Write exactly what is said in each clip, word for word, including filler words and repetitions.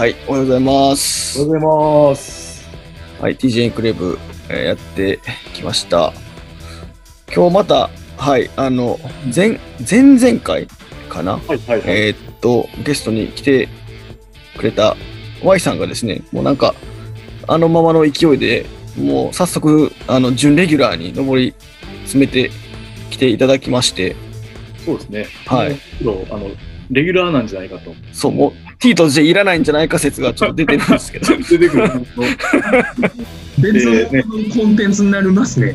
はい、おはようございます。 おはようございます。 はい、ティージェー インクレーブ、えーやってきました。今日また、はい、あの、前、前々回かな、 はいはいはい。 えーっと、ゲストに来てくれた Y さんがですね、もうなんか、あのままの勢いで、もう早速、あの、準レギュラーに上り詰めてきていただきまして、 そうですね。 はいもうプロあのレギュラーなんじゃないかと。 そう、もう T と J いらないんじゃないか説がちょっと出てるんですけど。 出てくる。 別のコンテンツになりますね。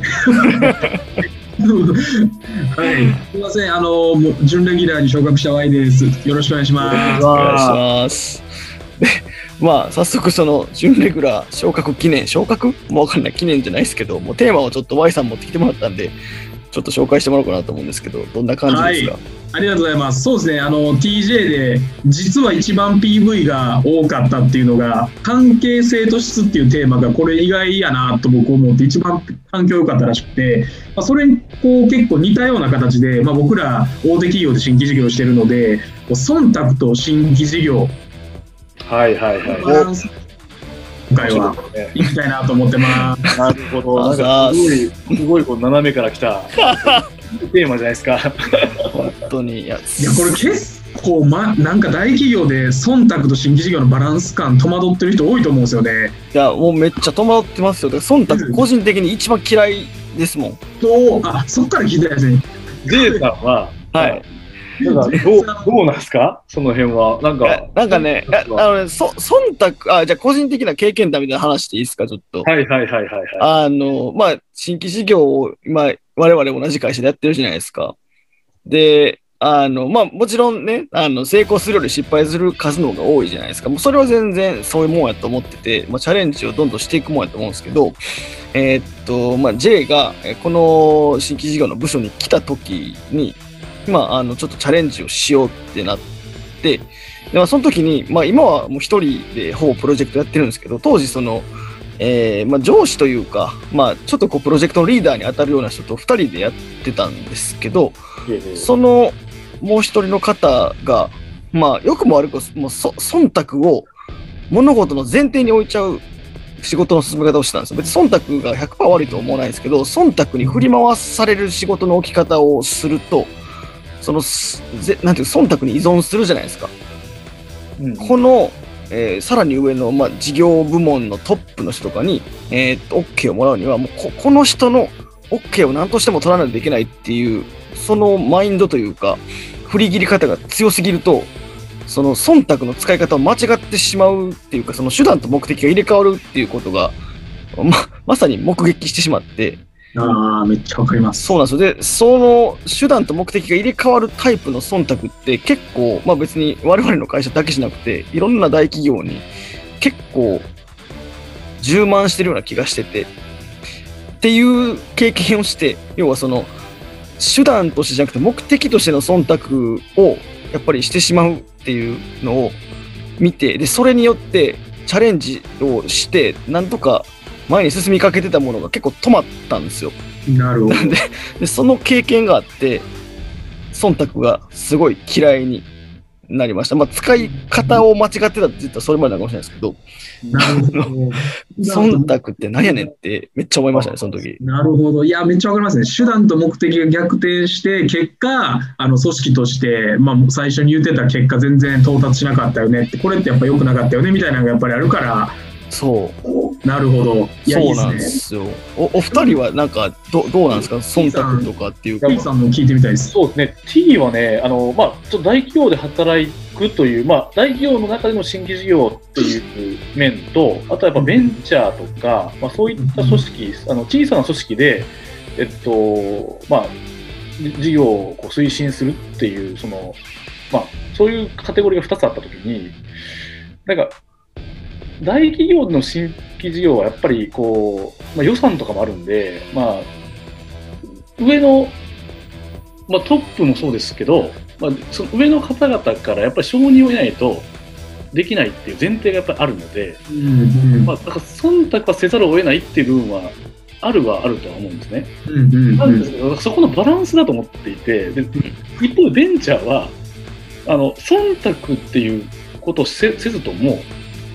はい、すみません、あのもう準レギュラーに昇格した Y です。よろしくお願いします。 お願いします。で、まあ、早速その準レギュラー昇格記念、昇格もうわかんない、記念じゃないですけど、もうテーマをちょっと Y さん持ってきてもらったんで、ちょっと紹介してもらおうかなと思うんですけど、どんな感じですか？ はい、ありがとうございます。そうですね、あの ティージェー で実は一番 ピーブイ が多かったっていうのが、関係性と質っていうテーマがこれ意外やなと僕思って、一番反響良かったらしくて、まあ、それにこう結構似たような形で、まあ、僕ら大手企業で新規事業をしているので、忖度と新規事業、 はいはいはい。 バランス今回は行きたいなと思ってます。 なるほど。なんかすごいすごいこう斜めから来たテーマじゃないですか。 本当に。いや、 いやこれ結構、ま、なんか大企業で忖度と新規事業のバランス感戸惑ってる人多いと思うんですよね。 いや、もうめっちゃ戸惑ってますよ。だから忖度個人的に一番嫌いですもん。 そう、あ、そっから聞いたやつね。 J さんは、 はい。 なんかどうどうなんですか？その辺はなんかなんかね、あのね、そ忖度、あ、じゃあ個人的な経験談みたいな話していいですか、ちょっと。 はいはいはいはいはい。 あの、まあ、新規事業を今、我々同じ会社でやってるじゃないですか。で、あの、まあ、もちろんね、あの、成功するより失敗する数の方が多いじゃないですか。もうそれは全然そういうもんやと思ってて、まあ、チャレンジをどんどんしていくもんやと思うんですけど、えーっと、まあ、J が、この新規事業の部署に来た時に、まあ、あの、ちょっとチャレンジをしようってなって、で、まあ、その時に、まあ、今はもう一人でほぼプロジェクトやってるんですけど、当時その、えーまあ、上司というか、まあ、ちょっとこうプロジェクトのリーダーに当たるような人とふたりでやってたんですけど、そのもう一人の方が、まあ、良くも悪くももうそ忖度を物事の前提に置いちゃう仕事の進め方をしてたんですよ。別に忖度が ひゃくパーセント 悪いとは思わないですけど、忖度に振り回される仕事の置き方をすると、そのぜなんていう忖度に依存するじゃないですか。うん、このえー、さらに上の、まあ、事業部門のトップの人とかに、えー、OK をもらうにはもう こ, この人の OK を何としても取らないといけないっていうそのマインドというか振り切り方が強すぎるとその忖度の使い方を間違ってしまうっていうかその手段と目的が入れ替わるっていうことが ま, まさに目撃してしまって。 ああ、めっちゃわかります。 そうなんですよ。で、その手段と目的が入れ替わるタイプの忖度って結構、まあ別に我々の会社だけじゃなくて、いろんな大企業に結構充満してるような気がしてて、っていう経験をして、要はその手段としてじゃなくて目的としての忖度をやっぱりしてしまうっていうのを見て、で、それによってチャレンジをして、なんとか前に進みかけてたものが結構止まったんですよ。 なるほど。 で、でその経験があって、忖度がすごい嫌いになりました。まあ、使い方を間違ってたって言ったらそれまでなのかもしれないですけど、 なるほど。 忖度って何やねんってめっちゃ思いましたね、その時。 なるほど。いや、めっちゃわかりますね。手段と目的が逆転して、結果、あの組織として、まあ、最初に言ってた結果、全然到達しなかったよねって、これってやっぱ良くなかったよねみたいなのがやっぱりあるから、 そう。 なるほど。 いや、そうなんですよ。おお二人はなんかどどうなんですか、忖度とかっていうか。 T さんも聞いてみたいです。 そうですね。T はね、あのまあちょっと大企業で働くという、まあ大企業の中での新規事業っていう面と、あとはやっぱベンチャーとか、まあそういった組織、あの小さな組織でえっとまあ事業をこう推進するっていうそのまあそういうカテゴリーがふたつあったときに、なんか。大企業の新規事業はやっぱりこう、まあ、予算とかもあるんで、まあ、上の、まあ、トップもそうですけど、まあ、その上の方々からやっぱり承認を得ないとできないっていう前提がやっぱりあるので、うんうん、まあ、だから忖度はせざるを得ないっていう部分はあるはあるとは思うんですね。うんうんうん、なんですけどそこのバランスだと思っていて、で一方でベンチャーはあの忖度っていうことをせ, せずとも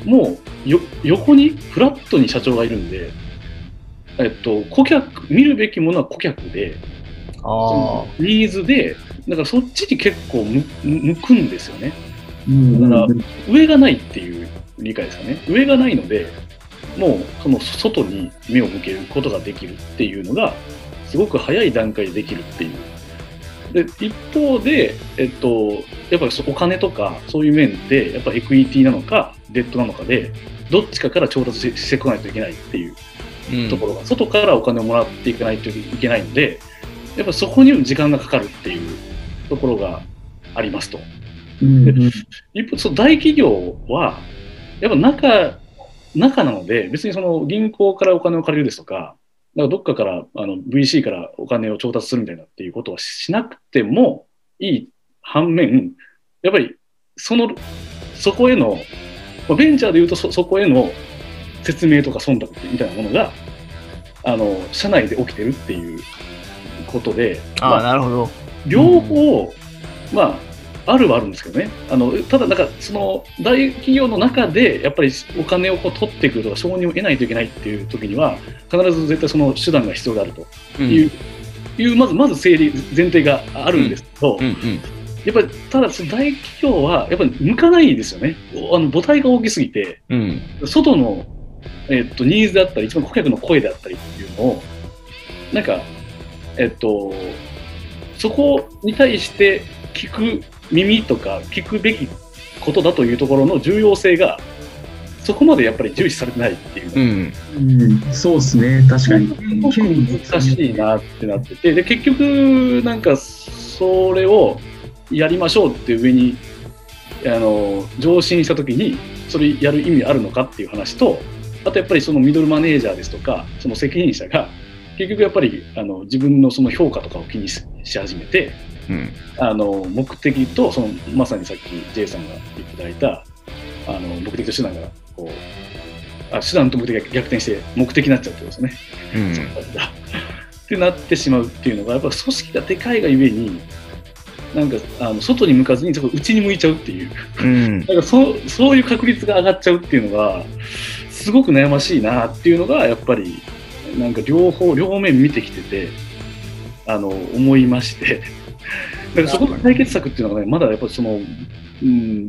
もうよ横にフラットに社長がいるんで、えっと、顧客、見るべきものは顧客で、 あニーズで、だからそっちに結構向向くんですよね。 うんだから上がないっていう理解ですかね。上がないので、もうその外に目を向けることができるっていうのが、すごく早い段階でできるっていう。で一方で、えっと、やっぱりお金とかそういう面で、やっぱエクイティなのか、デッドなのかで、どっちかから調達してこないといけないっていうところが、うん、外からお金をもらっていかないといけないので、やっぱそこに時間がかかるっていうところがありますと。 うんうん、 で一方、その大企業は、やっぱ中、中なので、別にその銀行からお金を借りるですとか、だからどっかからあの ブイシー からお金を調達するみたいなっていうことはしなくてもいい反面、やっぱりその、そこへの、ベンチャーでいうと そ, そこへの説明とか忖度みたいなものが、あの、社内で起きてるっていうことで、 あ、 まあ、 なるほど。 両方、うん、まあ、あるはあるんですけどね。あのただ、なんかその大企業の中でやっぱりお金をこう取ってくるとか承認を得ないといけないっていう時には必ず絶対その手段が必要であるという、うん、いうまずまず整理前提があるんですけど、うんうんうん、やっぱりただその大企業はやっぱり向かないですよね。あの母体が大きすぎて、うん、外の、えっと、ニーズであったり一番顧客の声であったりっていうのをなんかえっとそこに対して聞く耳とか聞くべきことだというところの重要性がそこまでやっぱり重視されてないっていう、 うんうん、そうですね、確かに難しいなってなってて、で結局なんかそれをやりましょうって上にあの上申したときにそれやる意味あるのかっていう話と、あとやっぱりそのミドルマネージャーですとかその責任者が結局やっぱりあの自分のその評価とかを気にし始めて、うん、あの目的とそのまさにさっき J さんが言っていただいたあの目的と手段がこうあ手段と目的が逆転して目的になっちゃうってことですね、うん、ってなってしまうっていうのがやっぱ組織がでかいがゆえになんかあの外に向かずにちょっと内に向いちゃうっていう、うん、なんか そ, そういう確率が上がっちゃうっていうのがすごく悩ましいなっていうのがやっぱりなんか両方両面見てきててあの思いましてだからそこの解決策っていうのがねまだやっぱりその、うん、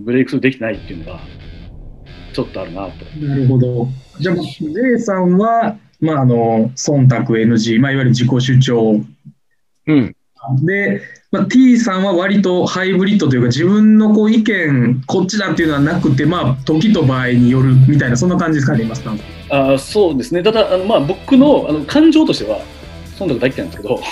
ブレイクスルーできてないっていうのがちょっとあるなと。 なるほど。じゃあ J さんは、まあ、あの忖度 エヌジー、まあ、いわゆる自己主張、うん、で、まあ、T さんは割とハイブリッドというか自分のこう意見こっちだっていうのはなくて、まあ、時と場合によるみたいなそんな感じですかね。ますかあそうですね。ただあの、まあ、僕 の, あの感情としては忖度大嫌いなんですけど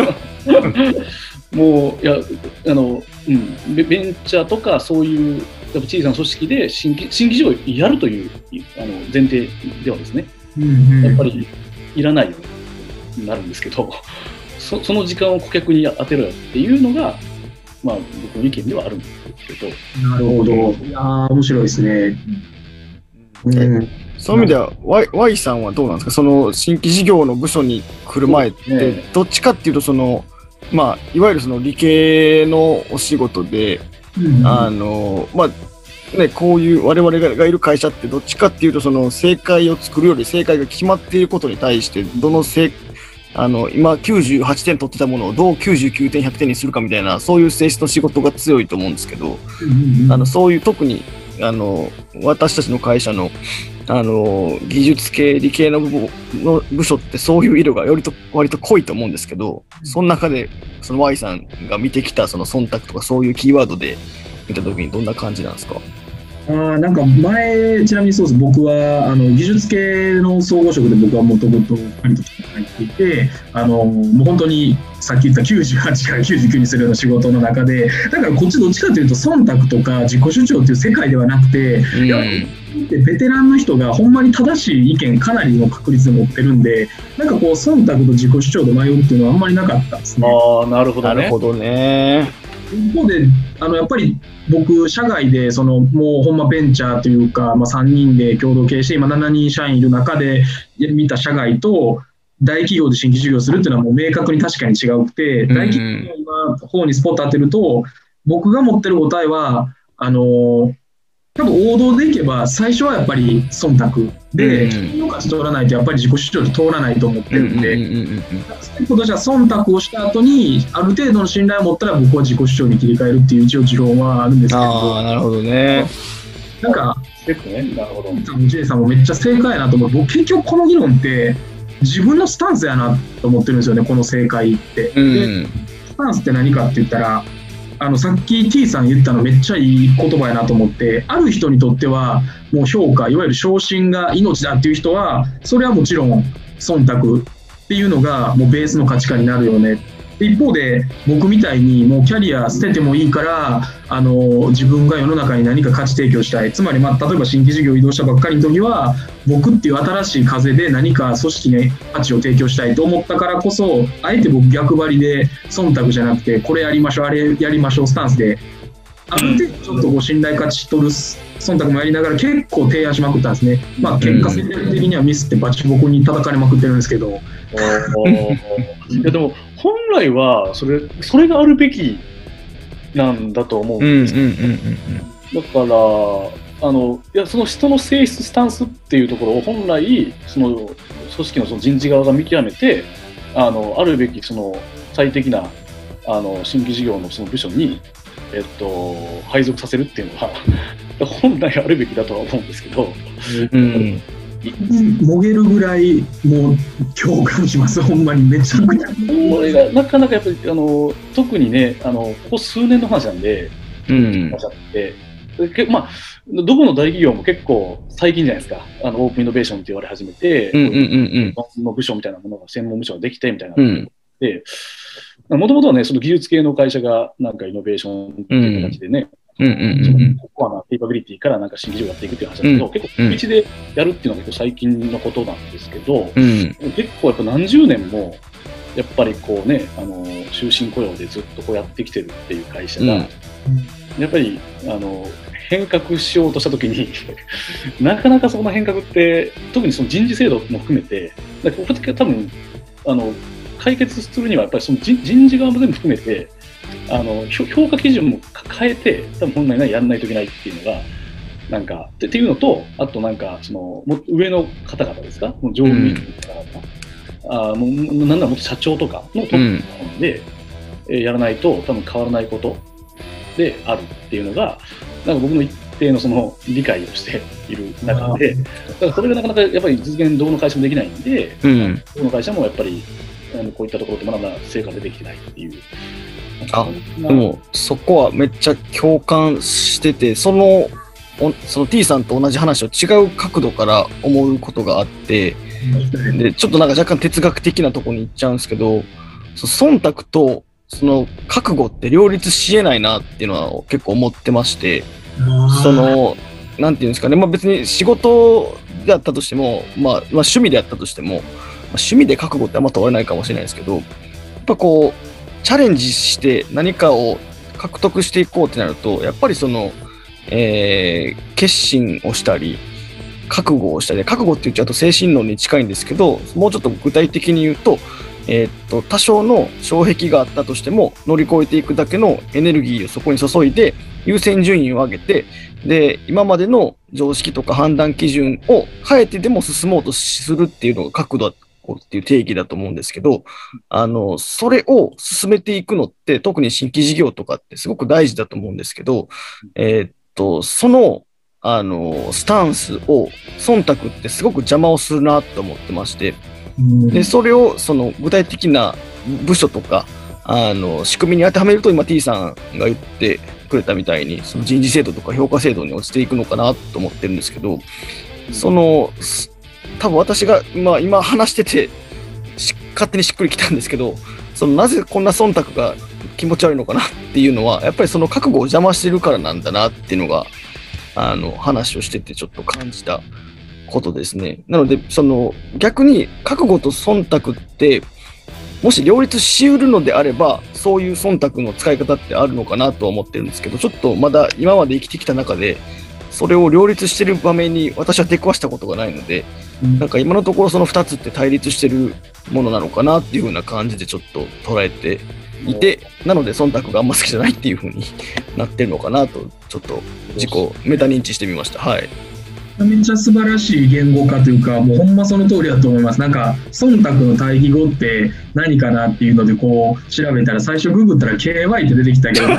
もういやあの、うん、ベンチャーとかそういうやっぱ小さな組織で新規新規事業をやるというあの前提ではですね、うんうん、やっぱりいらないようになるんですけどそ, その時間を顧客に当てろよっていうのが、まあ、僕の意見ではあるんですけど。 なるほど。いや面白いですね。 うん、そういう意味では Y, Y さんはどうなんですか。その新規事業の部署に来る前ってどっちかっていうとそのまあ、いわゆるその理系のお仕事で、うん、あのまあね、こういう我々がいる会社ってどっちかっていうとその正解を作るより正解が決まっていることに対してどの正あの今きゅうじゅうはちてん取ってたものをどうきゅうじゅうきゅうてんひゃくてんにするかみたいなそういう性質の仕事が強いと思うんですけど、うん、あのそういう特にあの私たちの会社のあの技術系理系の 部, の部署ってそういう色がよりと割と濃いと思うんですけど、その中でその Y さんが見てきたその忖度とかそういうキーワードで見たときにどんな感じなんですか。 あなんか前ちなみにそうです。僕はあの技術系の総合職で僕はもともと入っていて、あのもう本当にさっき言ったきゅうじゅうはちからきゅうじゅうきゅうにするような仕事の中で、だからこっちどっちかというと忖度とか自己主張という世界ではなくて、うん、やっぱりベテランの人がほんまに正しい意見かなりの確率で持ってるんで、なんかこう忖度と自己主張で迷うっていうのはあんまりなかったですね。 ああ、なるほどね。 なるほどね。 一方であのやっぱり僕社外でそのもうほんまベンチャーというか、まあ、さんにんで共同経営して今しちにん社員いる中で見た社外と大企業で新規事業するっていうのはもう明確に確かに違うくて、大企業の今方にスポット当てると僕が持ってる答えはあの多分王道でいけば最初はやっぱり忖度で、金の価値通らないとやっぱり自己主張で通らないと思ってるんで、ステップとしては忖度をした後にある程度の信頼を持ったら僕は自己主張に切り替えるっていう一応持論はあるんですけど、 ああ、なるほどね。 なんか結構ね、なるほど。 ジェイさんもめっちゃ正解やなと思って、僕結局この議論って自分のスタンスやなと思ってるんですよね、この正解って。 うん、 でスタンスって何かって言ったら、あのさっき T さん言ったのめっちゃいい言葉やなと思って、ある人にとってはもう評価、いわゆる昇進が命だっていう人はそれはもちろん忖度っていうのがもうベースの価値観になるよね。一方で僕みたいにもうキャリア捨ててもいいからあの自分が世の中に何か価値提供したい、つまり、まあ、例えば新規事業移動したばっかりの時は僕っていう新しい風で何か組織に価値を提供したいと思ったからこそ、あえて僕逆張りで忖度じゃなくてこれやりましょうあれやりましょうスタンスである程度ちょっとこう信頼価値取る忖度もやりながら結構提案しまくったんですね。まあ結果戦略的にはミスってバチボコに叩かれまくってるんですけど、 いやでも本来はそれそれがあるべきなんだと思うんですよ。だからあのいやその人の性質スタンスっていうところを本来その組織のその人事側が見極めてあのあるべきその最適なあの新規事業のその部署にえっと配属させるっていうのは本来あるべきだとは思うんですけど。うんもげるぐらいもう共感します、ほんまにめちゃくちゃ。 これがなかなかやっぱりあの特にねあのここ数年の話なんで、うん、話ってまあどこの大企業も結構最近じゃないですか、あのオープンイノベーションって言われ始めて、の部署みたいなものが専門部署ができてみたいなので、もともとはねその技術系の会社がなんかイノベーションっていう形でね。ココアなケイパビリティからなんか新規事業をやっていくっていう話だけど、うん、結構道でやるっていうのが結構最近のことなんですけど、うん、結構やっぱ何十年もやっぱりこうねあの終身雇用でずっとこうやってきてるっていう会社が、うん、やっぱりあの変革しようとしたときになかなかその変革って特にその人事制度も含めてだからここ多分あの解決するにはやっぱりその 人, 人事側も全部含めてあの評価基準も変えて多分本来ならやらないといけないっていうのがなんかっていうのと、あとなんかそのも上の方々ですか、もう上務員の方々、うん、あもうなんならもっと社長とかのトップで、うん、やらないと多分変わらないことであるっていうのがなんか僕の一定のその理解をしている中で、だからそれがなかなかやっぱり実現どこの会社もできないんで、うん、どこの会社もやっぱりあのこういったところってまだまだ成果が出てきてないっていう。 あ、でもそこはめっちゃ共感してて、そのその T さんと同じ話を違う角度から思うことがあって、でちょっとなんか若干哲学的なところに行っちゃうんですけど、その忖度とその覚悟って両立しえないなっていうのは結構思ってまして、そのなんていうんですかね、まあ、別に仕事であったとしても、まあ、まあ趣味であったとしても、まあ、趣味で覚悟ってあんま問われないかもしれないですけど、やっぱこうチャレンジして何かを獲得していこうってなると、やっぱりその、えー、決心をしたり覚悟をしたり、覚悟って言っちゃうと精神論に近いんですけど、もうちょっと具体的に言うと、えー、っと多少の障壁があったとしても乗り越えていくだけのエネルギーをそこに注いで優先順位を上げて、で今までの常識とか判断基準を変えてでも進もうとするっていうのが覚悟だっていう定義だと思うんですけど、あのそれを進めていくのって特に新規事業とかってすごく大事だと思うんですけど、えー、っとそのあのスタンスを忖度ってすごく邪魔をするなと思ってまして、でそれをその具体的な部署とかあの仕組みに当てはめると、今 T さんが言ってくれたみたいにその人事制度とか評価制度に落ちていくのかなと思ってるんですけど、その多分私が今、今話してて勝手にしっくりきたんですけど、そのなぜこんな忖度が気持ち悪いのかなっていうのはやっぱりその覚悟を邪魔してるからなんだなっていうのがあの話をしててちょっと感じたことですね。なのでその逆に覚悟と忖度ってもし両立しうるのであればそういう忖度の使い方ってあるのかなとは思ってるんですけど、ちょっとまだ今まで生きてきた中でそれを両立してる場面に私は出くわしたことがないので、うん、なんか今のところそのふたつって対立してるものなのかなっていう風な感じでちょっと捉えていて、なので忖度があんま好きじゃないっていう風になってるのかなと、ちょっと自己メタ認知してみました。はい。 めっちゃ素晴らしい言語化というか、もうほんまその通りだと思います。なんか忖度の対義語って何かなっていうのでこう調べたら、最初ググったら ケーワイ って出てきたけど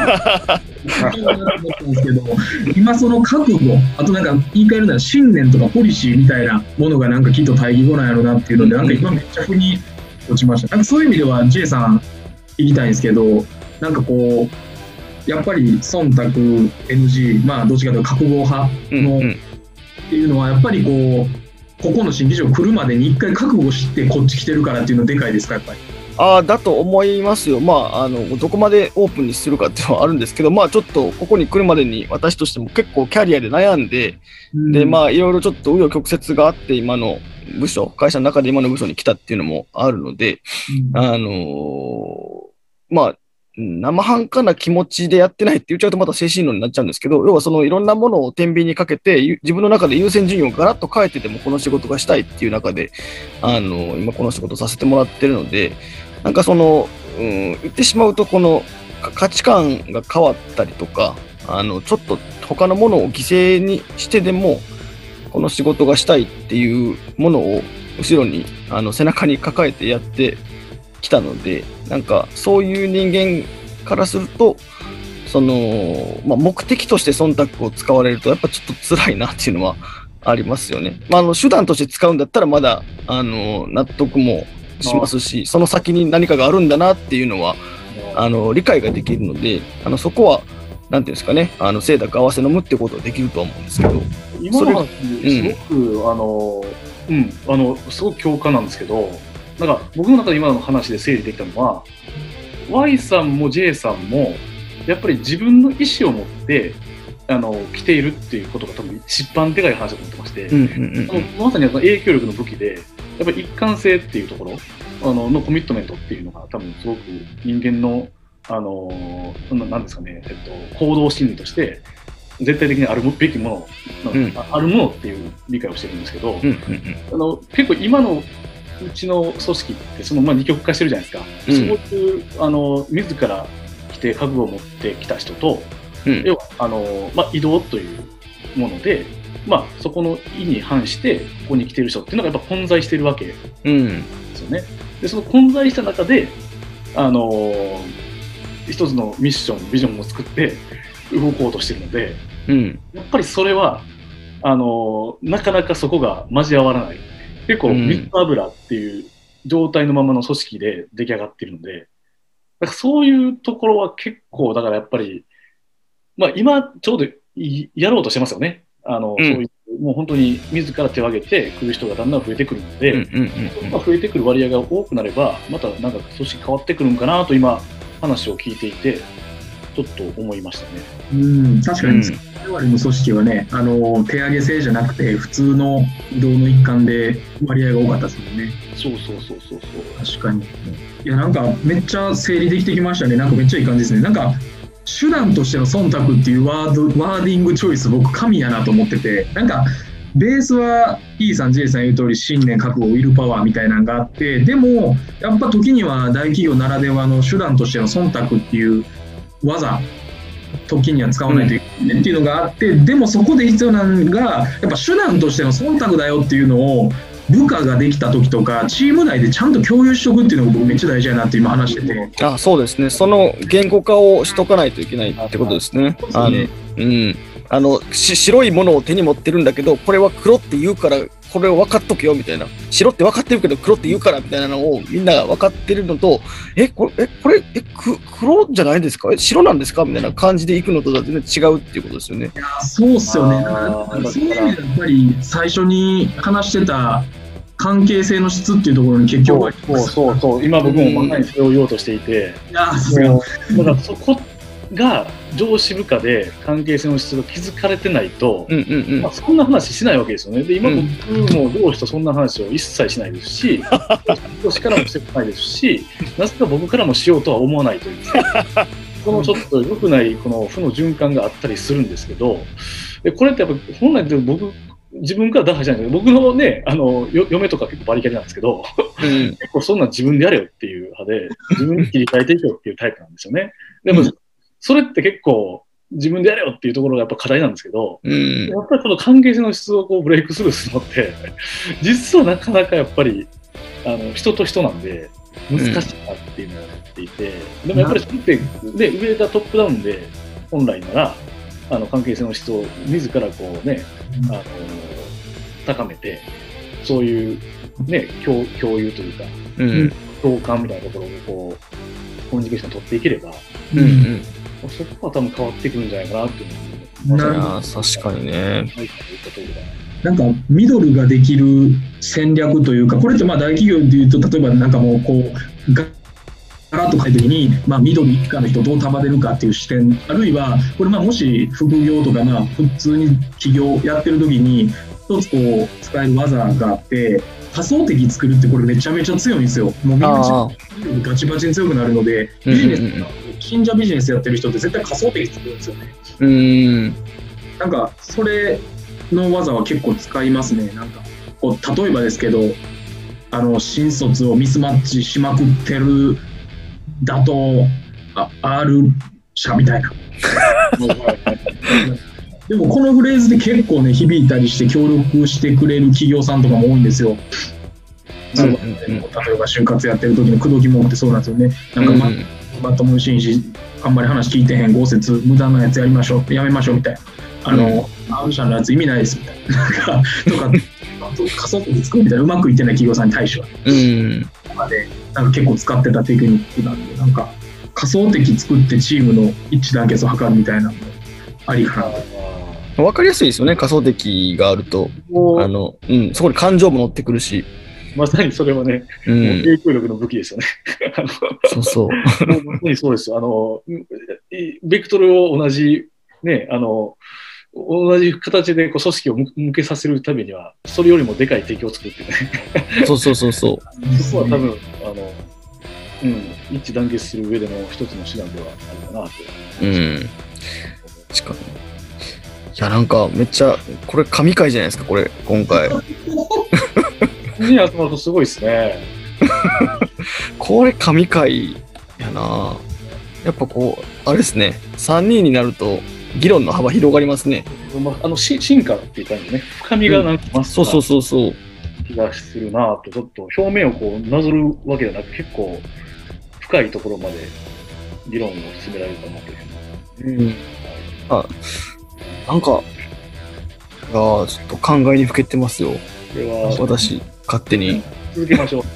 今その覚悟、あとなんか言い換えるなら信念とかポリシーみたいなものがなんかきっと対義語なんやろうなっていうので、なんか今めっちゃ腑に落ちました。なんかそういう意味では J さん言いたいんですけど、なんかこうやっぱり忖度 エヌジー、まあどっちかというと覚悟派の、うんうんっていうのはやっぱりこうここの新規場来るまでに一回覚悟してこっち来てるからっていうのはでかいですか、やっぱり。 あだと思いますよ。まあ、あのどこまでオープンにするかっていうのはあるんですけど、まあ、ちょっとここに来るまでに私としても結構キャリアで悩んで、うん、でまあいろいろちょっと紆余曲折があって今の部署、会社の中で今の部署に来たっていうのもあるので、うん、あのー、まあ生半可な気持ちでやってないって言っちゃうとまた精神論になっちゃうんですけど、要はそのいろんなものを天秤にかけて自分の中で優先順位をガラッと変えてでもこの仕事がしたいっていう中で、あの今この仕事をさせてもらってるので、なんかその、うん、言ってしまうとこの価値観が変わったりとか、あのちょっと他のものを犠牲にしてでもこの仕事がしたいっていうものを後ろにあの背中に抱えてやって来たので、なんかそういう人間からするとその、まあ、目的として忖度を使われるとやっぱちょっと辛いなっていうのはありますよね。まあ、あの手段として使うんだったらまだあの納得もしますし、その先に何かがあるんだなっていうのはあの理解ができるので、あのそこはなんていうんですかね、あの清濁合わせ飲むってことはできると思うんですけど、 今の話すごく、うん、あのうんあのすごく共感なんですけど、なんか僕の中で今の話で整理できたのは、 Y さんも J さんもやっぱり自分の意思を持ってあの来ているっていうことが多分一番でかい話だと思ってまして、うんうんうん、まさに影響力の武器でやっぱり一貫性っていうところあののコミットメントっていうのが多分すごく人間のあのなんですかね、えっと、行動心理として絶対的にあるべきもの、うん、あるものっていう理解をしてるんですけど、うんうんうん、あの結構今のうちの組織ってその、まあ、二極化してるじゃないですか、うん、そういうあの自ら来て覚悟を持ってきた人と、うん、要はあの、まあ、移動というもので、まあ、そこの意に反してここに来てる人っていうのがやっぱ混在してるわけですよね、うん、でその混在した中であの一つのミッションビジョンを作って動こうとしてるので、うん、やっぱりそれはあのなかなかそこが交わらない、結構水と油っていう状態のままの組織で出来上がっているので、だからそういうところは結構だからやっぱり、まあ、今ちょうどやろうとしてますよね。あの、うん、そういうもう本当に自ら手を挙げて来る人がだんだん増えてくるので、うんうんうんうん、増えてくる割合が多くなればまたなんか組織変わってくるんかなと今話を聞いていてちょっと思いましたね。 うん確かに、我々の組織はね、あの手上げ制じゃなくて普通の移動の一環で割合が多かったですもんね。 そうそうそうそうそう確かに。いやなんかめっちゃ整理できてきましたね。なんかめっちゃいい感じですね。なんか手段としての忖度っていうワードワーディングチョイス僕神やなと思ってて、なんかベースは E さん J さん言う通り信念覚悟ウィルパワーみたいなのがあって、でもやっぱ時には大企業ならではの手段としての忖度っていう技時には使わないといけないっていうのがあって、うん、でもそこで必要なのがやっぱ手段としての忖度だよっていうのを部下ができた時とかチーム内でちゃんと共有しておくっていうのが僕めっちゃ大事やなって今話してて、 あそうですね、その言語化をしとかないといけないってことですね。あの、うん、あのし白いものを手に持ってるんだけどこれは黒って言うからこれを分かっとけよみたいな、白って分かってるけど黒って言うからみたいなのをみんなが分かってるのと、えこれえこれえく黒じゃないですか、え白なんですかみたいな感じでいくのとは全然違うっていうことですよね。 いやそうっすよね。だからそういう意味でやっぱり最初に話してた関係性の質っていうところに結局はそうそうそう今僕もまさにそれを言おうとしていて、 うん、いやさすがだからそこが上司部下で関係性の質が築かれてないと、うんうんうんまあ、そんな話しないわけですよね。で今僕も上司とそんな話を一切しないですし、上司からもしてこないですし、なぜか僕からもしようとは思わないというこのちょっと良くないこの負の循環があったりするんですけど、でこれってやっぱ本来で僕自分から打破じゃないけど、僕のね、あの、よ嫁とか結構バリキャリなんですけど、 うん、 結構そんなん自分でやれよっていう派で、自分で切り替えていけよっていうタイプなんですよね。でも、それって結構自分でやれよっていうところがやっぱ課題なんですけど、 うん、 やっぱりこの関係性の質をこうブレイクスルーするのって、実はなかなかやっぱり、あの、人と人なんで難しいなっていうのを思っていて、でもやっぱりそれって、で、上がトップダウンで、本来なら、あの関係性の質を自らこうね、あの高めて、そういうね、共, 共有というか、うん、共感みたいなところをこうコミュニケーション取っていければ、うんうん、そこは多分変わってくるんじゃないかなって思う。 いや確かにね。 なんかミドルができる戦略というか、これってまあ大企業でいうと、例えばなんかもうこうガラッと書いたときに、まあ、ミドル以下の人をどう束ねるかっていう視点、あるいはこれまあもし副業とかまあ普通に企業やってるときに一つこう使える技があって、仮想敵作るってこれめちゃめちゃ強いんですよ。もうみんなガチバチに強くなるので、ビジネス、うんうんうん、信者ビジネスやってる人って絶対仮想敵作るんですよね。 うん、 なんかそれの技は結構使いますね。なんかこう例えばですけど、あの新卒をミスマッチしまくってるだとあ R 社みたいなでもこのフレーズで結構ね響いたりして協力してくれる企業さんとかも多いんですよ。うんうんうん、例えば就活やってる時の口説き文句ってそうなんですよね。なんかま、うん、まともしんしあんまり話聞いてへん豪雪無駄なやつやりましょうやめましょうみたいな、あの、うん、R 社のやつ意味ないですみたいなとか仮想敵作るみたいなうまくいってない企業さんに対しては、 うん、 とかでなんか結構使ってたテクニックなんで、なんか仮想敵作ってチームの一致団結を図るみたいなのもありかなと。 分かりやすいですよね、仮想敵があると。あの、うん、そこに感情も乗ってくるし。 まさにそれはね、うん、影響力の武器ですよね。 そうそう。 まさにそうです。あの、ベクトルを同じ、ね、あの、同じ形でこう組織を向けさせるためには、それよりもでかい敵を作ってね。 そうそうそうそう。 そこは多分、あの、うん、一致団結する上での一つの手段ではあるかなと。 うん。確かに。いや、なんかめっちゃ、これ神回じゃないですか、これ、今回。 ここに集まるとすごいですね。 これ神回やな。やっぱこう、あれですね、さんにんになると、議論の幅広がりますね。 あのし進化っていう感じね、深みがなんか増す、 うん、そうそうそうそう気がするなと、ちょっと表面をこうなぞるわけじゃなく、結構深いところまで議論を進められるかなという。うん。 あ、なんか、いやちょっと考えにふけてますよ。これは私、勝手に。 続けましょ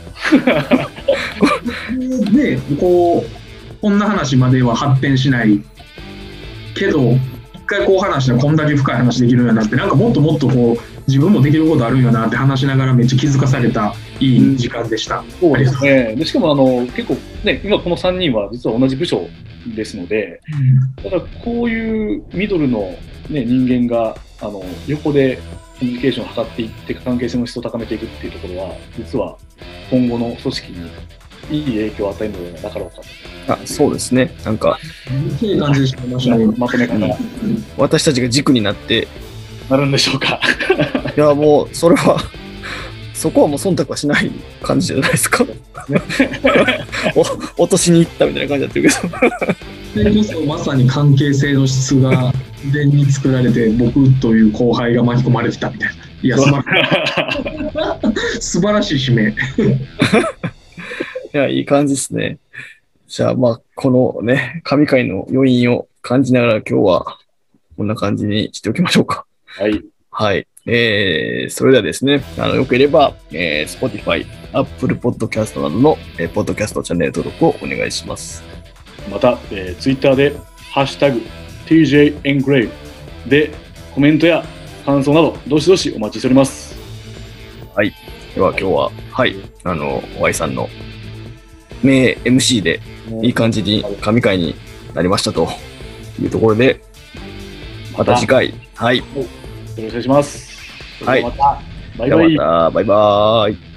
う。で、こう、こんな話までは発展しないけど、一回こう話したらこんだけ深い話できるようになって、なんかもっともっとこう、自分もできることあるんやなって話しながらめっちゃ気づかされたいい時間でした。 そうですね。でしかもあの結構ね、今このさんにんは実は同じ部署ですので、うん、だからこういうミドルの、ね、人間があの横でコミュニケーションを図っていって関係性の質を高めていくっていうところは、実は今後の組織にいい影響を与えるのではなかろうかと。 あ、そうですね。なんかいい感じでしたね。 まとめ方、うん、 私たちが軸になってなるんでしょうか。 いやもうそれはそこはもう忖度はしない感じじゃないですか。お落としに行ったみたいな感じになってるけど。 それこそまさに関係性の質が自然に作られて、僕という後輩が巻き込まれてたみたいな。いや、素晴ら素晴らしい締め。 いや、いい感じですね。じゃあ、まあ、このね、神回の余韻を感じながら今日はこんな感じにしておきましょうか。 はい。 はい。えー、それではですね、あの、よければ、えー、Spotify、Apple Podcast などの、えー、ポッドキャストチャンネル登録をお願いします。 また、えー、Twitter で、ハッシュタグ、ティージェー エングレイブでコメントや感想など、どしどしお待ちしております。 はい。では今日は、はい、あの、Y さんの名 エムシー でいい感じに神回になりましたというところで、また次回、はい。よろしくお願いします。 はい。 また、バイバイ。 また、バイバイ。